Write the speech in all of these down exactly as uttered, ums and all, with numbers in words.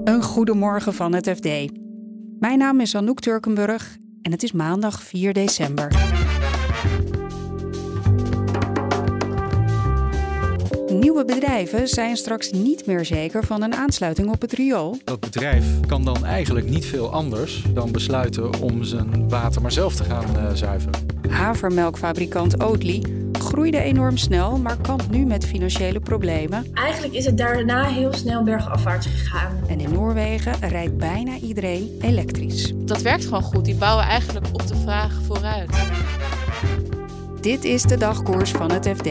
Een goedemorgen van het F D. Mijn naam is Anouk Turkenburg en het is maandag vier december. Nieuwe bedrijven zijn straks niet meer zeker van een aansluiting op het riool. Dat bedrijf kan dan eigenlijk niet veel anders dan besluiten om zijn water maar zelf te gaan uh, zuiveren. Havermelkfabrikant Oatly groeide enorm snel, maar kampt nu met financiële problemen. Eigenlijk is het daarna heel snel bergafwaarts gegaan. En in Noorwegen rijdt bijna iedereen elektrisch. Dat werkt gewoon goed. Die bouwen eigenlijk op de vraag vooruit. Dit is de dagkoers van het F D.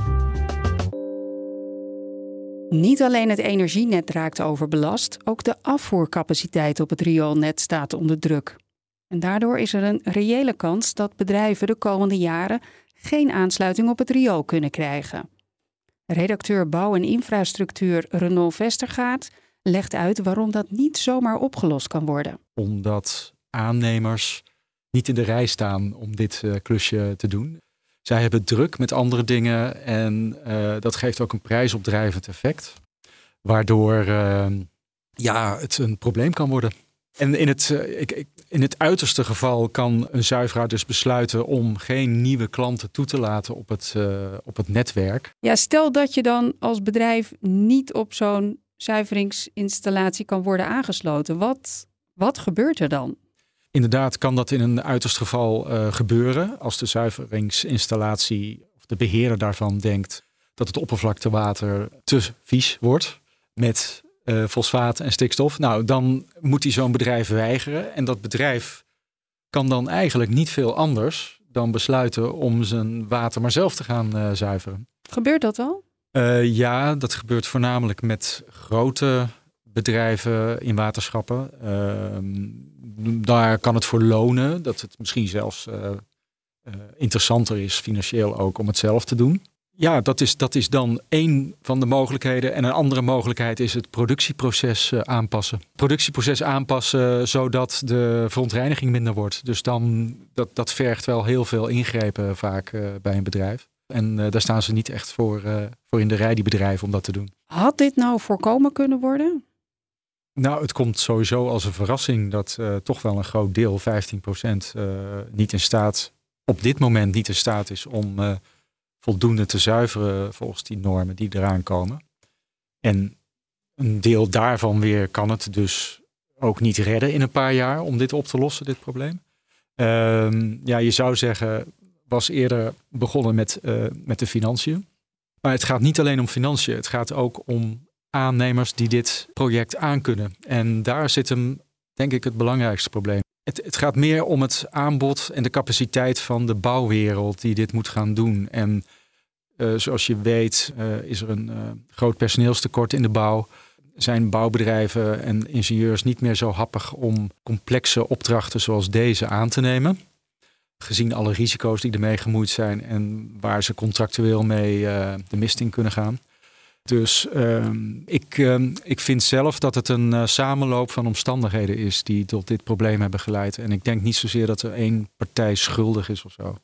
Niet alleen het energienet raakt overbelast, ook de afvoercapaciteit op het rioolnet staat onder druk. En daardoor is er een reële kans dat bedrijven de komende jaren geen aansluiting op het riool kunnen krijgen. Redacteur Bouw en Infrastructuur Renol Vestergaard legt uit waarom dat niet zomaar opgelost kan worden. Omdat aannemers niet in de rij staan om dit uh, klusje te doen. Zij hebben druk met andere dingen en uh, dat geeft ook een prijsopdrijvend effect. Waardoor uh, ja, het een probleem kan worden. En in het, uh, ik, ik, in het uiterste geval kan een zuiveraar dus besluiten om geen nieuwe klanten toe te laten op het, uh, op het netwerk. Ja, stel dat je dan als bedrijf niet op zo'n zuiveringsinstallatie kan worden aangesloten. Wat, wat gebeurt er dan? Inderdaad kan dat in een uiterst geval uh, gebeuren als de zuiveringsinstallatie of de beheerder daarvan denkt dat het oppervlaktewater te vies wordt met uh, fosfaat en stikstof. Nou, dan moet hij zo'n bedrijf weigeren en dat bedrijf kan dan eigenlijk niet veel anders dan besluiten om zijn water maar zelf te gaan uh, zuiveren. Gebeurt dat al? Uh, ja, dat gebeurt voornamelijk met grote bedrijven in waterschappen. Uh, daar kan het voor lonen dat het misschien zelfs uh, uh, interessanter is, financieel ook, om het zelf te doen. Ja, dat is, dat is dan één van de mogelijkheden. En een andere mogelijkheid is het productieproces uh, aanpassen. Productieproces aanpassen zodat de verontreiniging minder wordt. Dus dan, dat, dat vergt wel heel veel ingrepen vaak uh, bij een bedrijf. En uh, daar staan ze niet echt voor, uh, voor in de rij, die bedrijven, om dat te doen. Had dit nou voorkomen kunnen worden? Nou, het komt sowieso als een verrassing dat uh, toch wel een groot deel, vijftien procent, uh, niet in staat, op dit moment niet in staat is om uh, voldoende te zuiveren volgens die normen die eraan komen. En een deel daarvan weer kan het dus ook niet redden in een paar jaar om dit op te lossen, dit probleem. Uh, ja, je zou zeggen, was eerder begonnen met, uh, met de financiën. Maar het gaat niet alleen om financiën, het gaat ook om aannemers die dit project aankunnen. En daar zit hem, denk ik, het belangrijkste probleem. Het, het gaat meer om het aanbod en de capaciteit van de bouwwereld die dit moet gaan doen. En uh, zoals je weet uh, is er een uh, groot personeelstekort in de bouw. Zijn bouwbedrijven en ingenieurs niet meer zo happig om complexe opdrachten zoals deze aan te nemen. Gezien alle risico's die ermee gemoeid zijn en waar ze contractueel mee uh, de mist in kunnen gaan. Dus uh, ik, uh, ik vind zelf dat het een uh, samenloop van omstandigheden is die tot dit probleem hebben geleid. En ik denk niet zozeer dat er één partij schuldig is of zo.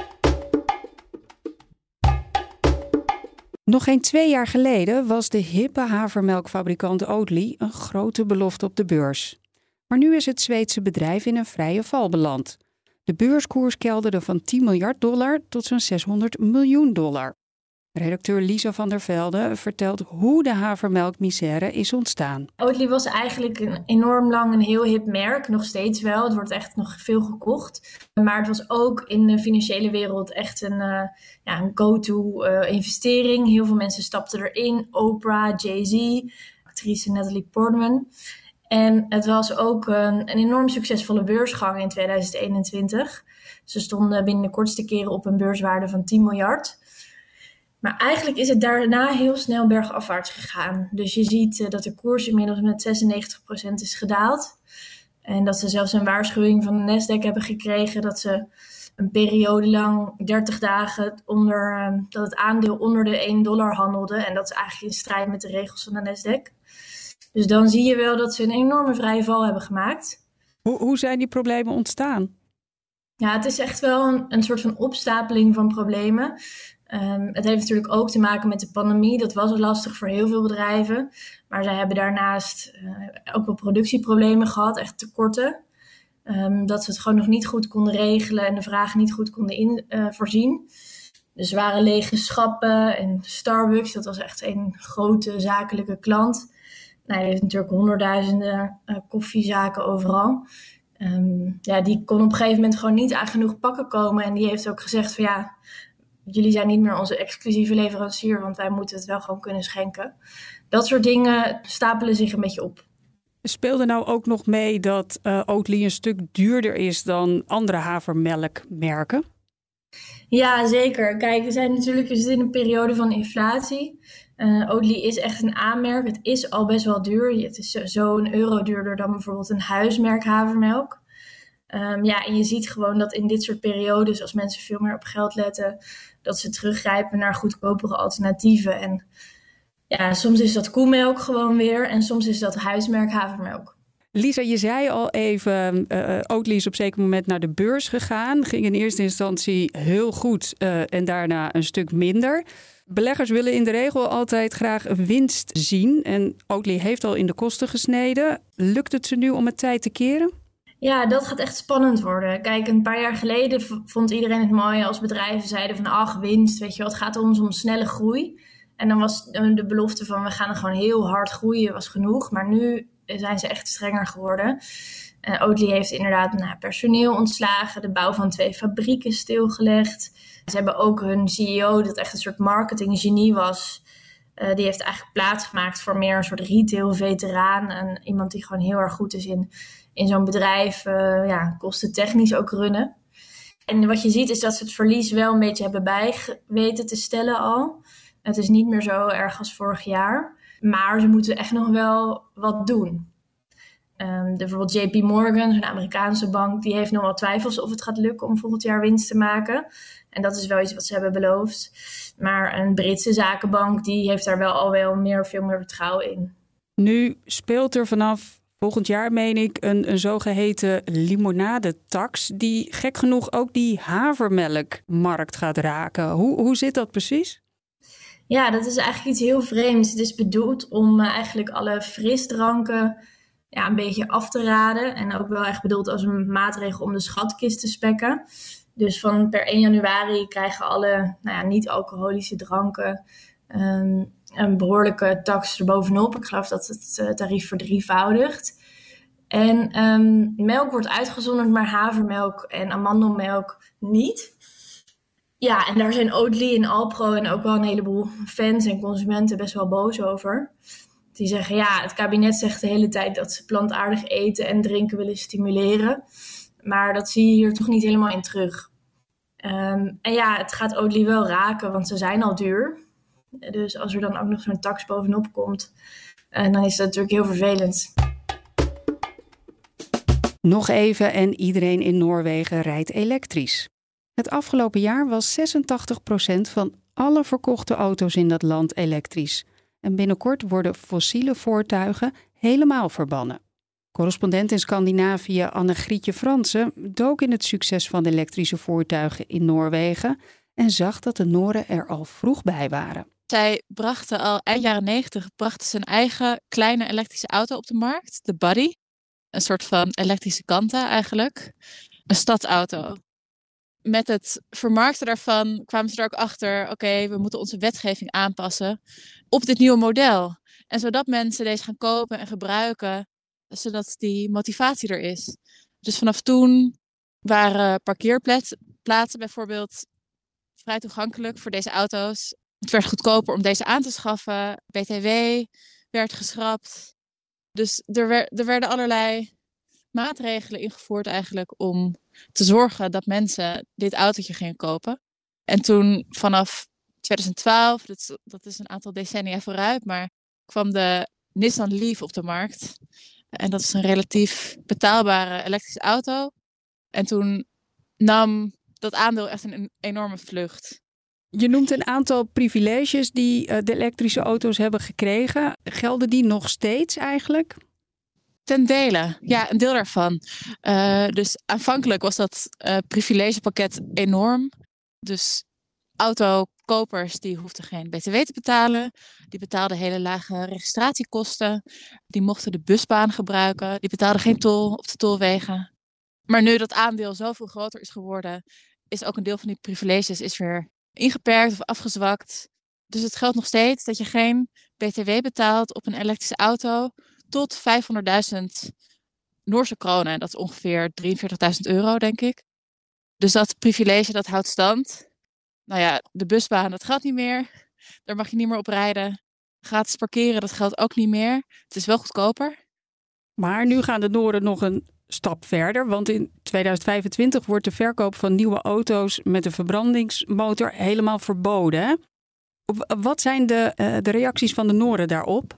Nog geen twee jaar geleden was de hippe havermelkfabrikant Oatly een grote belofte op de beurs. Maar nu is het Zweedse bedrijf in een vrije val beland. De beurskoers kelderde van tien miljard dollar tot zo'n zeshonderd miljoen dollar. Redacteur Lisa van der Velde vertelt hoe de havermelkmisère is ontstaan. Oatly was eigenlijk een enorm lang een heel hip merk. Nog steeds wel. Het wordt echt nog veel gekocht. Maar het was ook in de financiële wereld echt een, uh, ja, een go-to uh, investering. Heel veel mensen stapten erin. Oprah, Jay-Z, actrice Natalie Portman. En het was ook een, een enorm succesvolle beursgang in tweeduizend eenentwintig. Ze stonden binnen de kortste keren op een beurswaarde van tien miljard. Maar eigenlijk is het daarna heel snel bergafwaarts gegaan. Dus je ziet uh, dat de koers inmiddels met zesennegentig procent is gedaald. En dat ze zelfs een waarschuwing van de Nasdaq hebben gekregen dat ze een periode lang, dertig dagen, onder, uh, dat het aandeel onder de één dollar handelde. En dat is eigenlijk in strijd met de regels van de Nasdaq. Dus dan zie je wel dat ze een enorme vrije val hebben gemaakt. Hoe, hoe zijn die problemen ontstaan? Ja, het is echt wel een, een soort van opstapeling van problemen. Um, het heeft natuurlijk ook te maken met de pandemie. Dat was lastig voor heel veel bedrijven. Maar zij hebben daarnaast uh, ook wel productieproblemen gehad, echt tekorten. Um, dat ze het gewoon nog niet goed konden regelen en de vraag niet goed konden in, uh, voorzien. Dus er waren lege schappen en Starbucks, dat was echt een grote zakelijke klant. Nou, die heeft natuurlijk honderdduizenden uh, koffiezaken overal. Um, ja, die kon op een gegeven moment gewoon niet aan genoeg pakken komen. En die heeft ook gezegd van ja, jullie zijn niet meer onze exclusieve leverancier, want wij moeten het wel gewoon kunnen schenken. Dat soort dingen stapelen zich een beetje op. Speelde nou ook nog mee dat uh, Oatly een stuk duurder is dan andere havermelkmerken? Ja, zeker. Kijk, we zijn natuurlijk we zitten in een periode van inflatie. Uh, Oatly is echt een A-merk. Het is al best wel duur. Het is zo een euro duurder dan bijvoorbeeld een huismerk havermelk. Um, ja, en je ziet gewoon dat in dit soort periodes, als mensen veel meer op geld letten, dat ze teruggrijpen naar goedkopere alternatieven. En ja, soms is dat koemelk gewoon weer en soms is dat huismerk havermelk. Lisa, je zei al even, uh, Oatly is op een zeker moment naar de beurs gegaan. Ging in eerste instantie heel goed uh, en daarna een stuk minder. Beleggers willen in de regel altijd graag winst zien. En Oatly heeft al in de kosten gesneden. Lukt het ze nu om het tijd te keren? Ja, dat gaat echt spannend worden. Kijk, een paar jaar geleden v- vond iedereen het mooi als bedrijven zeiden van ach, winst, weet je wel, het gaat ons om snelle groei. En dan was de belofte van we gaan er gewoon heel hard groeien, was genoeg. Maar nu zijn ze echt strenger geworden. Uh, Oatly heeft inderdaad nou, personeel ontslagen, de bouw van twee fabrieken stilgelegd. Ze hebben ook hun C E O, dat echt een soort marketinggenie was, uh, die heeft eigenlijk plaatsgemaakt voor meer een soort retail-veteraan. En iemand die gewoon heel erg goed is in, in zo'n bedrijf, uh, ja, kostentechnisch ook runnen. En wat je ziet is dat ze het verlies wel een beetje hebben bij weten te stellen al. Het is niet meer zo erg als vorig jaar. Maar ze moeten echt nog wel wat doen. Um, de, bijvoorbeeld J P Morgan, zo'n Amerikaanse bank, die heeft nog wel twijfels of het gaat lukken om volgend jaar winst te maken. En dat is wel iets wat ze hebben beloofd. Maar een Britse zakenbank, die heeft daar wel al wel meer, veel meer vertrouwen in. Nu speelt er vanaf volgend jaar, meen ik, een, een zogeheten limonadetax, die gek genoeg ook die havermelkmarkt gaat raken. Hoe, hoe zit dat precies? Ja, dat is eigenlijk iets heel vreemds. Het is bedoeld om uh, eigenlijk alle frisdranken ja, een beetje af te raden. En ook wel echt bedoeld als een maatregel om de schatkist te spekken. Dus van per één januari krijgen alle nou ja, niet-alcoholische dranken um, een behoorlijke tax erbovenop. Ik geloof dat het uh, tarief verdrievoudigt. En um, melk wordt uitgezonderd, maar havermelk en amandelmelk niet. Ja, en daar zijn Oatly en Alpro en ook wel een heleboel fans en consumenten best wel boos over. Die zeggen, ja, het kabinet zegt de hele tijd dat ze plantaardig eten en drinken willen stimuleren. Maar dat zie je hier toch niet helemaal in terug. Um, en ja, het gaat Oatly wel raken, want ze zijn al duur. Dus als er dan ook nog zo'n tax bovenop komt, uh, dan is dat natuurlijk heel vervelend. Nog even en iedereen in Noorwegen rijdt elektrisch. Het afgelopen jaar was zesentachtig procent van alle verkochte auto's in dat land elektrisch. En binnenkort worden fossiele voertuigen helemaal verbannen. Correspondent in Scandinavië Anne-Grietje Fransen dook in het succes van elektrische voertuigen in Noorwegen en zag dat de Noren er al vroeg bij waren. Zij brachten al eind jaren negentig brachten ze een eigen kleine elektrische auto op de markt, de Buddy. Een soort van elektrische Kanta eigenlijk. Een stadsauto. Met het vermarkten daarvan kwamen ze er ook achter, oké, okay, we moeten onze wetgeving aanpassen op dit nieuwe model. En zodat mensen deze gaan kopen en gebruiken, zodat die motivatie er is. Dus vanaf toen waren parkeerplaatsen bijvoorbeeld vrij toegankelijk voor deze auto's. Het werd goedkoper om deze aan te schaffen. B T W werd geschrapt. Dus er, wer- er werden allerlei maatregelen ingevoerd eigenlijk om te zorgen dat mensen dit autootje gingen kopen. En toen vanaf twintig twaalf, dat is, dat is een aantal decennia vooruit, maar kwam de Nissan Leaf op de markt. En dat is een relatief betaalbare elektrische auto. En toen nam dat aandeel echt een enorme vlucht. Je noemt een aantal privileges die uh, de elektrische auto's hebben gekregen. Gelden die nog steeds eigenlijk? Ten dele, ja, een deel daarvan. Uh, dus aanvankelijk was dat uh, privilegepakket enorm. Dus Autokopers die hoefden geen B T W te betalen. Die betaalden hele lage registratiekosten. Die mochten de busbaan gebruiken. Die betaalden geen tol op de tolwegen. Maar nu dat aandeel zoveel groter is geworden, is ook een deel van die privileges is weer ingeperkt of afgezwakt. Dus het geldt nog steeds dat je geen B T W betaalt op een elektrische auto tot vijfhonderdduizend Noorse kronen. Dat is ongeveer drieënveertigduizend euro, denk ik. Dus dat privilege, dat houdt stand. Nou ja, de busbaan, dat geldt niet meer. Daar mag je niet meer op rijden. Gratis parkeren, dat geldt ook niet meer. Het is wel goedkoper. Maar nu gaan de Nooren nog een stap verder. Want in tweeduizend vijfentwintig wordt de verkoop van nieuwe auto's met een verbrandingsmotor helemaal verboden. Hè? Wat zijn de, uh, de reacties van de Nooren daarop?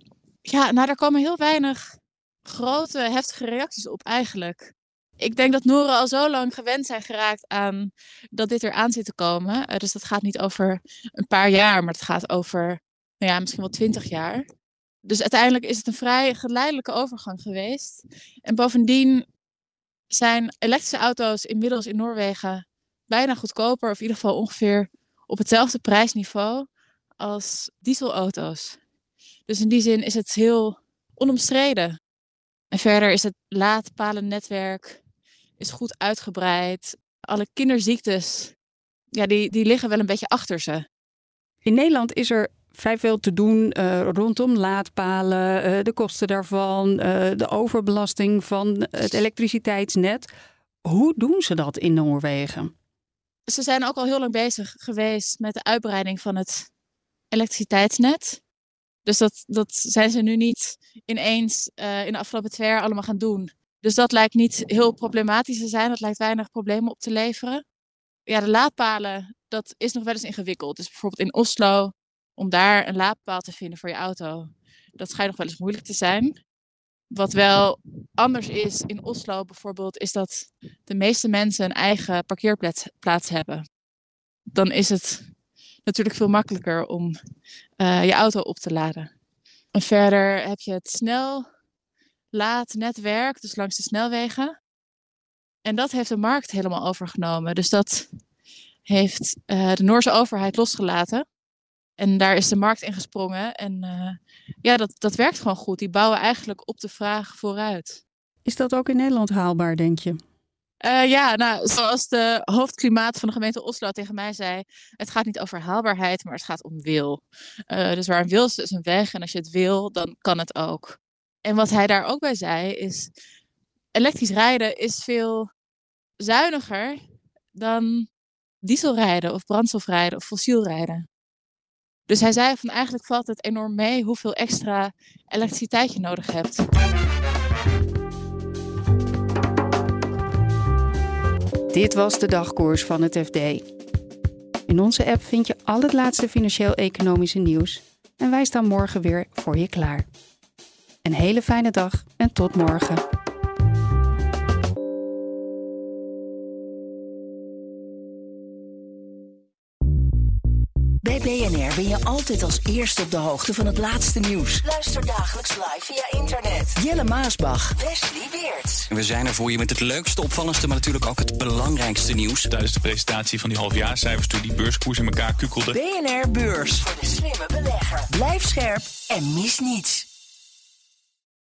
Ja, nou daar komen heel weinig grote, heftige reacties op eigenlijk. Ik denk dat Nooren al zo lang gewend zijn geraakt aan dat dit eraan zit te komen. Uh, dus dat gaat niet over een paar jaar, maar het gaat over nou ja, misschien wel twintig jaar. Dus uiteindelijk is het een vrij geleidelijke overgang geweest. En bovendien zijn elektrische auto's inmiddels in Noorwegen bijna goedkoper, of in ieder geval ongeveer op hetzelfde prijsniveau als dieselauto's. Dus in die zin is het heel onomstreden. En verder is het laadpalennetwerk is goed uitgebreid. Alle kinderziektes, ja, die, die liggen wel een beetje achter ze. In Nederland is er vrij veel te doen uh, rondom laadpalen, uh, de kosten daarvan, uh, de overbelasting van het elektriciteitsnet. Hoe doen ze dat in Noorwegen? Ze zijn ook al heel lang bezig geweest met de uitbreiding van het elektriciteitsnet. Dus dat, dat zijn ze nu niet ineens uh, in de afgelopen twee jaar allemaal gaan doen. Dus dat lijkt niet heel problematisch te zijn. Dat lijkt weinig problemen op te leveren. Ja, de laadpalen, dat is nog wel eens ingewikkeld. Dus bijvoorbeeld in Oslo, om daar een laadpaal te vinden voor je auto, dat schijnt nog wel eens moeilijk te zijn. Wat wel anders is in Oslo bijvoorbeeld, is dat de meeste mensen een eigen parkeerplaats hebben. Dan is het natuurlijk veel makkelijker om uh, je auto op te laden. En verder heb je het snellaadnetwerk, dus langs de snelwegen. En dat heeft de markt helemaal overgenomen. Dus dat heeft uh, de Noorse overheid losgelaten. En daar is de markt in gesprongen. En uh, ja, dat, dat werkt gewoon goed. Die bouwen eigenlijk op de vraag vooruit. Is dat ook in Nederland haalbaar, denk je? Uh, ja, nou, zoals de hoofdklimaat van de gemeente Oslo tegen mij zei, het gaat niet over haalbaarheid, maar het gaat om wil. Uh, dus waar een wil is, is een weg. En als je het wil, dan kan het ook. En wat hij daar ook bij zei is, elektrisch rijden is veel zuiniger dan dieselrijden of brandstofrijden of fossiel rijden. Dus hij zei van eigenlijk valt het enorm mee hoeveel extra elektriciteit je nodig hebt. Dit was de dagkoers van het F D. In onze app vind je al het laatste financieel-economische nieuws. En wij staan morgen weer voor je klaar. Een hele fijne dag en tot morgen. Bij B N R ben je altijd als eerste op de hoogte van het laatste nieuws. Luister dagelijks live via internet. Jelle Maasbach. Wesley Weerts. We zijn er voor je met het leukste, opvallendste, maar natuurlijk ook het belangrijkste nieuws. Tijdens de presentatie van die halfjaarcijfers toen die beurskoers in elkaar kukkelde. B N R Beurs. Voor de slimme belegger. Blijf scherp en mis niets.